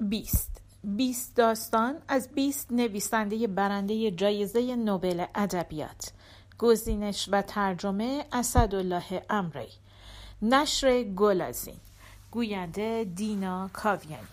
بیست داستان از 20 نویسنده برنده جایزه نوبل ادبیات. گزینش و ترجمه اسدالله امری. نشر گلازین. گوینده دینا کاویانی.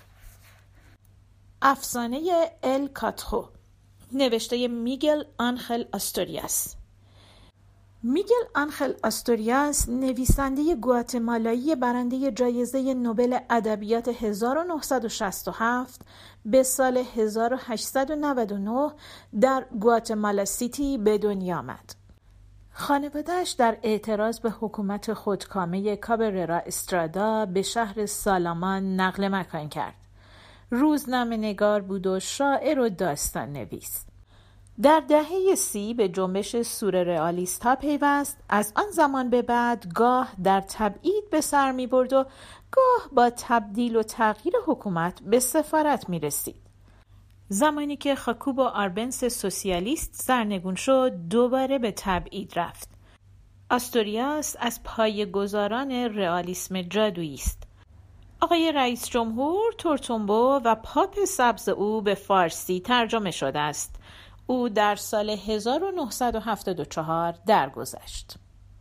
افسانه ال کاتخو، نوشته میگل آنخل آستوریاس. میگل آنخل آستوریاس نویسنده گواتمالایی برنده جایزه نوبل ادبیات 1967 به سال 1899 در گواتمالا سیتی به دنیا آمد. خانواده‌اش در اعتراض به حکومت خودکامه کابررا استرادا به شهر سالامان نقل مکان کرد. روزنامه نگار بود و شاعر و داستان نویس. در دهه 30 به جنبش سورئالیست ها پیوست. از آن زمان به بعد گاه در تبعید به سر می برد و گاه با تبدیل و تغییر حکومت به سفارت می رسید. زمانی که خاکوب و آربنس سوسیالیست سرنگون شد دوباره به تبعید رفت. آستوریاس از پایه‌گذاران رئالیسم جادویی است. آقای رئیس جمهور تورتومبو و پاپ سبز او به فارسی ترجمه شده است. او در سال 1974 درگذشت.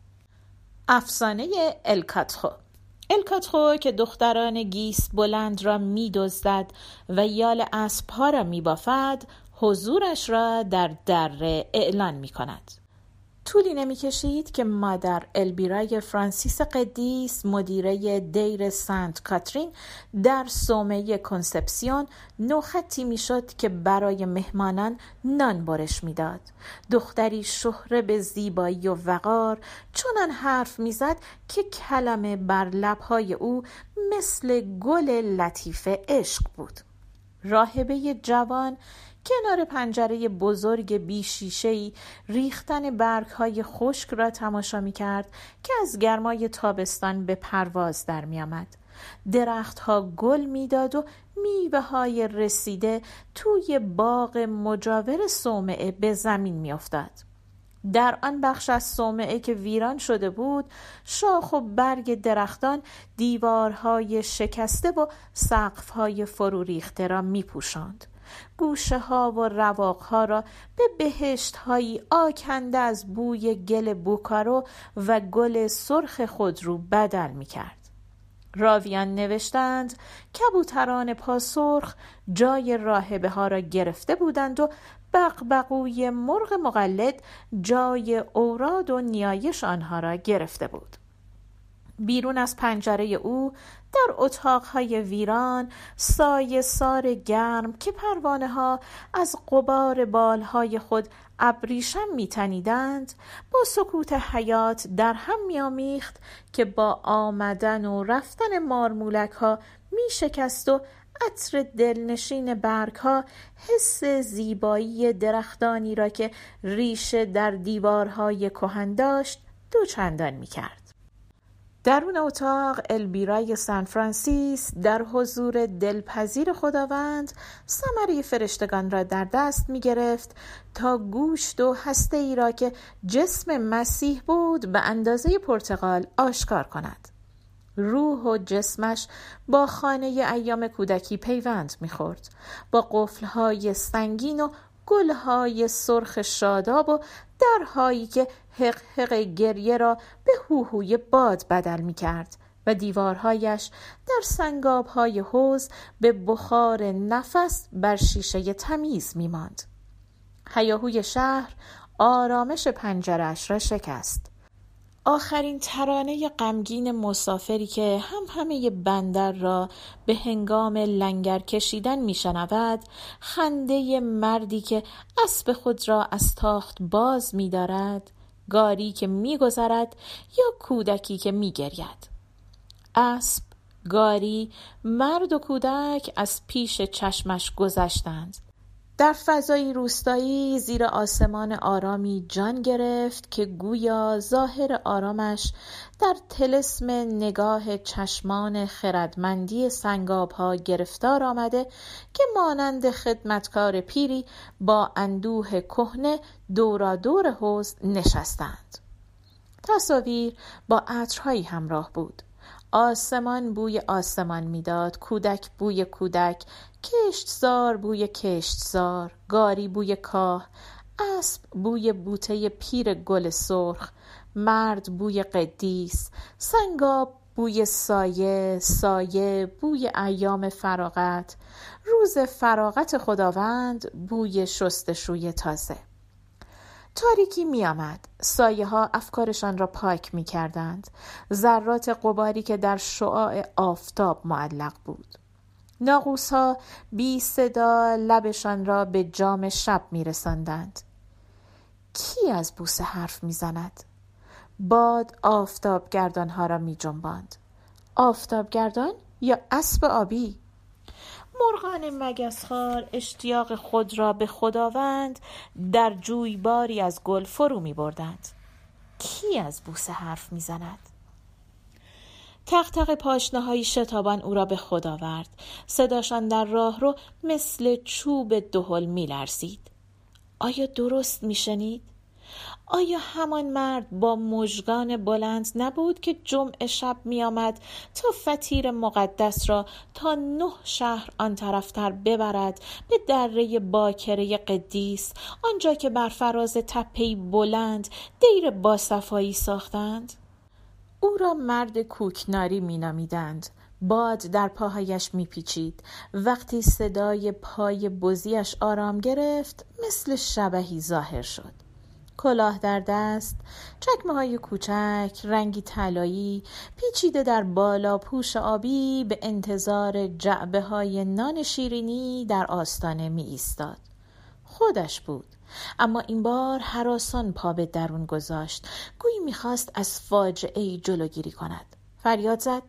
افسانه ال کاتخو. ال کاتخو که دختران گیس بلند را می دزدد و یال اسب‌ها را می بافد، حضورش را در دره اعلان می کند. طولی نمی کشید که مادر البیرای فرانسیس قدیس، مدیره دیر سنت کاترین در صومعه کنسپسیون، نوخطی می شد که برای مهمانان نان برش می داد. دختری شهره به زیبایی و وقار، چنان حرف می زد که کلمه بر لبهای او مثل گل لطیف عشق بود. راهبه جوان کنار پنجره بزرگ بی شیشه‌ای ریختن برگ‌های خشک را تماشا می‌کرد که از گرمای تابستان به پرواز در می‌آمد. درخت‌ها گل می‌داد و میوه‌های رسیده توی باغ مجاور صومعه به زمین می‌افتاد. در آن بخش از صومعه که ویران شده بود، شاخ و برگ درختان دیوارهای شکسته و سقف‌های فرو ریخته را می‌پوشاند. گوشه ها و رواق ها را به بهشت هایی آکنده از بوی گل بوکارو و گل سرخ خودرو بدل می کرد. راویان نوشتند کبوتران پاسرخ جای راهبه ها را گرفته بودند و بغبغوی مرغ مقلد جای اوراد و نیایش آنها را گرفته بود. بیرون از پنجره او در اتاقهای ویران سایه سار گرم که پروانه ها از غبار بالهای خود ابریشم می‌تنیدند با سکوت حیات در هم می‌آمیخت که با آمدن و رفتن مارمولک ها می‌شکست و عطر دلنشین برگ ها حس زیبایی درختانی را که ریشه در دیوارهای کهن داشت دوچندان می‌کرد. درون اتاق البیرای سان فرانسیس در حضور دلپذیر خداوند ثمره فرشتگان را در دست می گرفت تا گوشت و هسته ای را که جسم مسیح بود به اندازه پرتقال آشکار کند. روح و جسمش با خانه ایام کودکی پیوند می خورد، با قفلهای سنگین و گلهای سرخ شاداب و درهایی که حق حق گریه را به هوهوی باد بدل می کرد و دیوارهایش در سنگابهای حوض به بخار نفس بر شیشه تمیز می ماند. هیاهوی شهر آرامش پنجره‌اش را شکست. آخرین ترانه غمگین مسافری که همه بندر را به هنگام لنگر کشیدن میشنود، خنده مردی که اسب خود را از تاخت باز می‌دارد، گاری که می‌گذرد یا کودکی که می‌گرید. اسب، گاری، مرد و کودک از پیش چشمش گذشتند. در فضای روستایی زیر آسمان آرامی جان گرفت که گویا ظاهر آرامش در طلسم نگاه چشمان خردمندی سنگاب‌ها گرفتار آمده که مانند خدمتکار پیری با اندوه کهنه دورادور حوض نشستند. تصاویر با عطرهایی همراه بود. آسمان بوی آسمان میداد، کودک بوی کودک، کشتزار بوی کشتزار، گاری بوی کاه، اسب بوی بوته پیر گل سرخ، مرد بوی قدیس، سنگاب بوی سایه، سایه بوی ایام فراغت، روز فراغت خداوند بوی شستشوی تازه. تاریکی می آمد. سایه ها افکارشان را پاک می کردند. ذرات غباری که در شعاع آفتاب معلق بود. ناقوس ها بی صدا لبشان را به جام شب می رساندند. کی از بوسه حرف می زند؟ باد آفتابگردان ها را می جنباند. آفتابگردان یا اسب آبی؟ مرغان مگسخوار اشتیاق خود را به خداوند در جویباری از گل فرو می بردند. کی از بوسه حرف می زند؟ تق پاشنه‌های شتابان او را به خود آورد. صداشان در راه رو مثل چوب دهل می لرزید. آیا درست می شنید؟ آیا همان مرد با مژگان بلند نبود که جمعه شب می آمد تا فطیر مقدس را تا 9 شهر آن طرفتر ببرد به دره باکره قدیس، آنجا که بر فراز تپه‌ای بلند دیر باصفایی ساختند؟ او را مرد کوکناری می نامیدند. باد در پاهایش می پیچید. وقتی صدای پای بزیش آرام گرفت مثل شبحی ظاهر شد. کلاه در دست، چکمه‌های کوچک، رنگی طلایی، پیچیده در بالا پوش آبی به انتظار جعبه‌های نان شیرینی در آستانه می ایستاد. خودش بود، اما این بار هراسان پا به درون گذاشت، گویی می‌خواست از فاجعه‌ای جلوگیری کند. فریاد زد: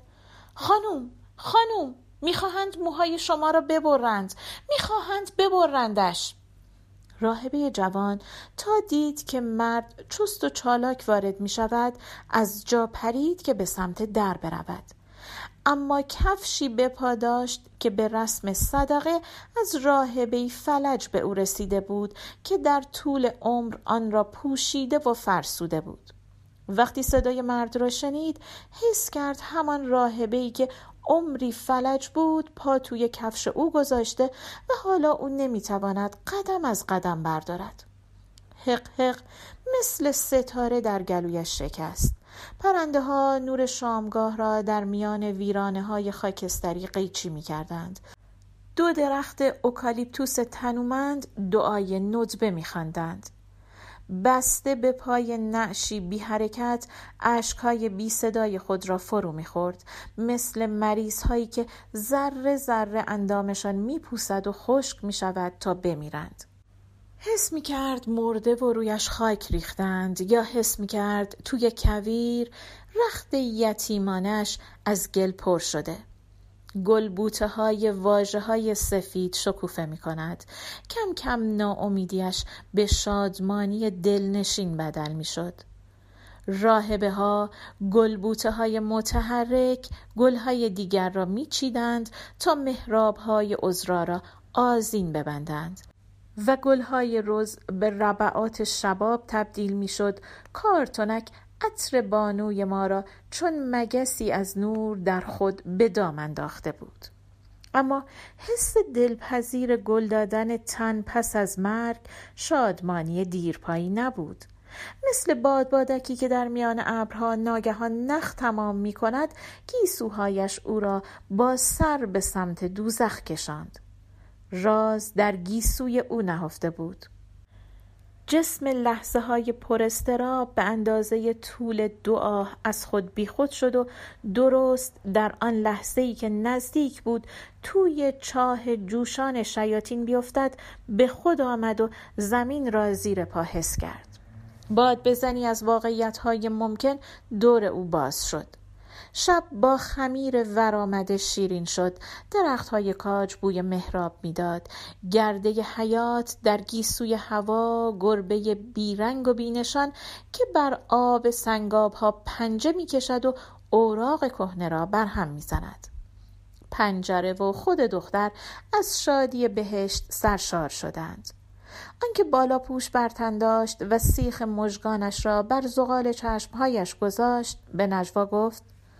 خانوم، می‌خواهند موهای شما را ببرند، می‌خواهند ببرندش. راهبه جوان تا دید که مرد چست و چالاک وارد می شود از جا پرید که به سمت در برود، اما کفشی به پا داشت که به رسم صدقه از راهبه فلج به او رسیده بود که در طول عمر آن را پوشیده و فرسوده بود. وقتی صدای مرد را شنید حس کرد همان راهبه‌ای که عمری فلج بود پا توی کفش او گذاشته و حالا او نمیتواند قدم از قدم بردارد. حق حق مثل ستاره در گلویش شکست. پرنده ها نور شامگاه را در میان ویرانه های خاکستری قیچی می کردند. 2 درخت اوکالیپتوس تنومند دعای ندبه می خواندند. بسته به پای نعشی بی حرکت اشکهای بی صدای خود را فرو می خورد، مثل مریض هایی که ذره ذره اندامشان می پوسد و خشک می شود تا بمیرند. حس می کرد مرده و رویش خاک ریختند، یا حس می کرد توی کویر رخت یتیمانش از گل پر شده. گل بوته های واژه های سفید شکوفه می کند. کم کم ناامیدیش به شادمانی دلنشین بدل می شد. راهبه ها گل بوته های متحرک گل های دیگر را می چیدند تا محراب های عذرا را آذین ببندند و گل های رز به ربعات شباب تبدیل می شد. کارتونک عطر بانوی ما را چون مگسی از نور در خود به دام انداخته بود. اما حس دلپذیر گل دادن تن پس از مرگ شادمانی دیرپایی نبود. مثل بادبادکی که در میان ابرها ناگهان نخ تمام می کند، گیسوهایش او را با سر به سمت دوزخ کشاند. راز در گیسوی او نهفته بود. جسم لحظه های پر اضطراب به اندازه طول دعا از خود بیخود شد و درست در آن لحظه‌ای که نزدیک بود توی چاه جوشان شیاطین بیفتد به خود آمد و زمین را زیر پا حس کرد. باد بزنی از واقعیت‌های ممکن دور او باز شد. شب با خمیر ورآمده شیرین شد. درخت‌های کاج بوی محراب می‌داد. گرده حیات در گیسوی هوا گربه بیرنگ و بینشان که بر آب سنگاب‌ها پنجه می‌کشد و اوراق کهنه را برهم می‌زند. پنجره و خود دختر از شادی بهشت سرشار شدند. آنکه بالا پوش بر تن داشت و سیخ مژگانش را بر زغال چشمهایش گذاشت به نجوا گفت: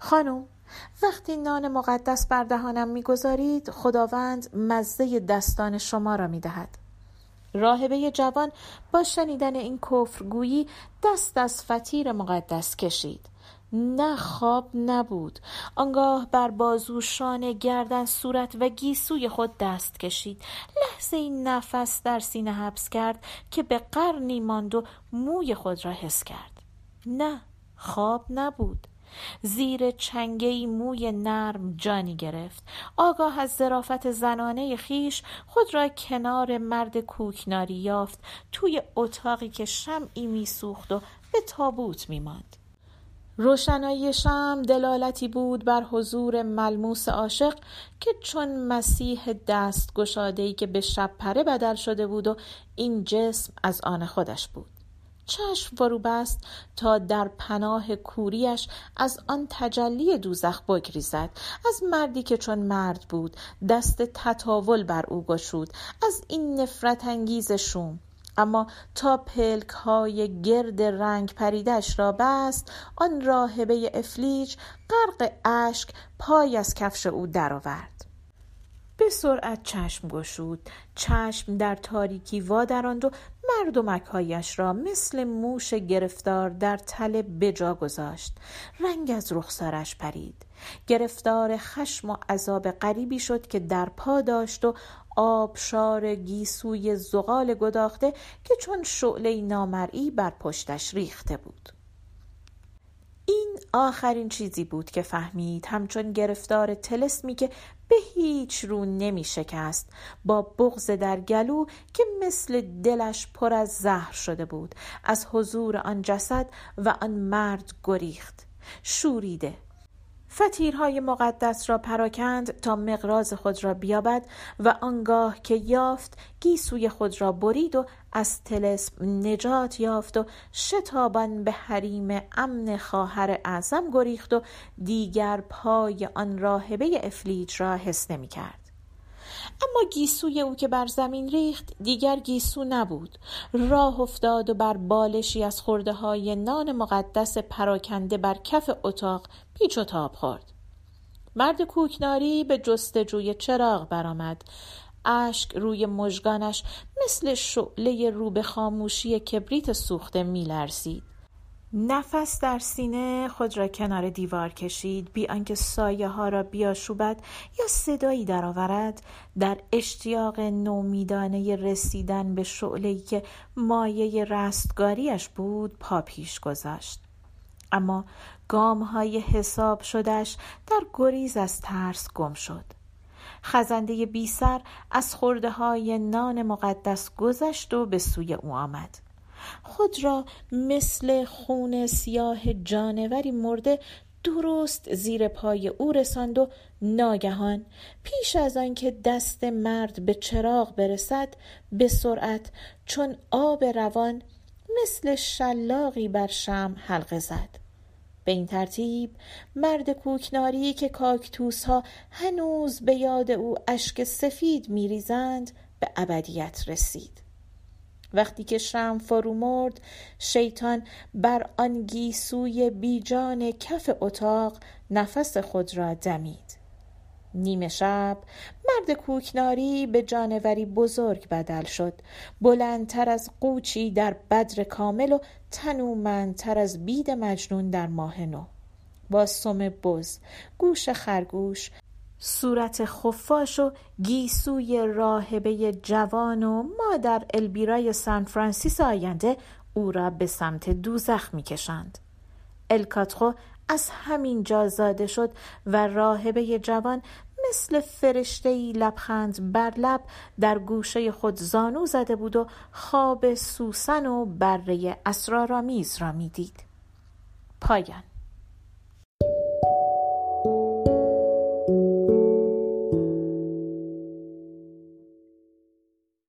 خانم، وقتی نان مقدس بر دهانم می‌گذارید، خداوند مزه دستان شما را می‌دهد. راهبه جوان با شنیدن این کفرگویی دست از فطیر مقدس کشید. نه خواب نبود. آنگاه بر بازو، شانه، گردن، صورت و گیسوی خود دست کشید. لحظه این نفس در سینه حبس کرد که به قرنی ماند و موی خود را حس کرد. نه، خواب نبود. زیر چنگه‌ای موی نرم جانی گرفت. آگاه از ظرافت زنانه خیش، خود را کنار مرد کوکناری یافت، توی اتاقی که شمعی میسوخت و به تابوت میماند. روشنایی شمع دلالتی بود بر حضور ملموس عاشق که چون مسیح دست گشاده‌ای که به شب پره بدل شده بود و این جسم از آن خودش بود. چشم فرو بست تا در پناه کوریش از آن تجلی دوزخ بگریزد، از مردی که چون مرد بود دست تطاول بر او گشود، از این نفرت انگیز شوم. اما تا پلک های گرد رنگ پریدش را بست، آن راهبه افلیج غرق اشک پای از کفش او درآورد. به سرعت چشم گشود، چشم در تاریکی وادراند و مردمک‌هایش را مثل موش گرفتار در تله بجا گذاشت. رنگ از رخسارش پرید. گرفتار خشم و عذاب غریبی شد که در پا داشت و آبشار گیسوی زغال گداخته که چون شعله نامرئی بر پشتش ریخته بود. این آخرین چیزی بود که فهمید، همچون گرفتار طلسمی که به هیچ رو نمی شکست، با بغض در گلو که مثل دلش پر از زهر شده بود، از حضور آن جسد و آن مرد گریخت. شوریده فطیرهای مقدس را پراکند تا مقراض خود را بیابد و آنگاه که یافت گیسوی خود را برید و از طلسم نجات یافت و شتابان به حریم امن خواهر اعظم گریخت و دیگر پای آن راهبه افلیج را حس نمی کرد. اما گیسوی او که بر زمین ریخت دیگر گیسو نبود. راه افتاد و بر بالشی از خرده های نان مقدس پراکنده بر کف اتاق پیچ و تاب خورد. مرد کوکناری به جستجوی چراغ برآمد. اشک روی مژگانش مثل شعله رو به خاموشی کبریت سوخته می‌لرزید. نفس در سینه خود را کنار دیوار کشید، بی آنکه سایه ها را بیاشوبد یا صدایی درآورد. در اشتیاق نومیدانه رسیدن به شعله‌ای که مایه رستگاریش بود پا پیش گذاشت. اما گام‌های حساب شدش در گریز از ترس گم شد. خزنده بی سر از خرده‌های نان مقدس گذشت و به سوی او آمد. خود را مثل خون سیاه جانوری مرده درست زیر پای او رساند و ناگهان پیش از آن که دست مرد به چراغ برسد، به سرعت چون آب روان مثل شلاقی بر شمع حلقه زد. به این ترتیب مرد کوکناری که کاکتوس ها هنوز به یاد او اشک سفید می‌ریزند به ابدیت رسید. وقتی که شمع فرو مرد، شیطان بر آن گیسوی بیجان کف اتاق نفس خود را دمید. نیمه شب مرد کوکناری به جانوری بزرگ بدل شد، بلندتر از قوچی در بدر کامل و تنومندتر از بید مجنون در ماه نو، با سم بز، گوش خرگوش، صورت خفاش و گیسوی راهبه جوان و مادر البیرای سان فرانسیس آینده او را به سمت دوزخ می کشند. الکاترو از همین جا زاده شد و راهبه جوان مثل فرشته‌ای لبخند بر لب در گوشه خود زانو زده بود و خواب سوسن و بره اسرارآمیز را می دید. پایان.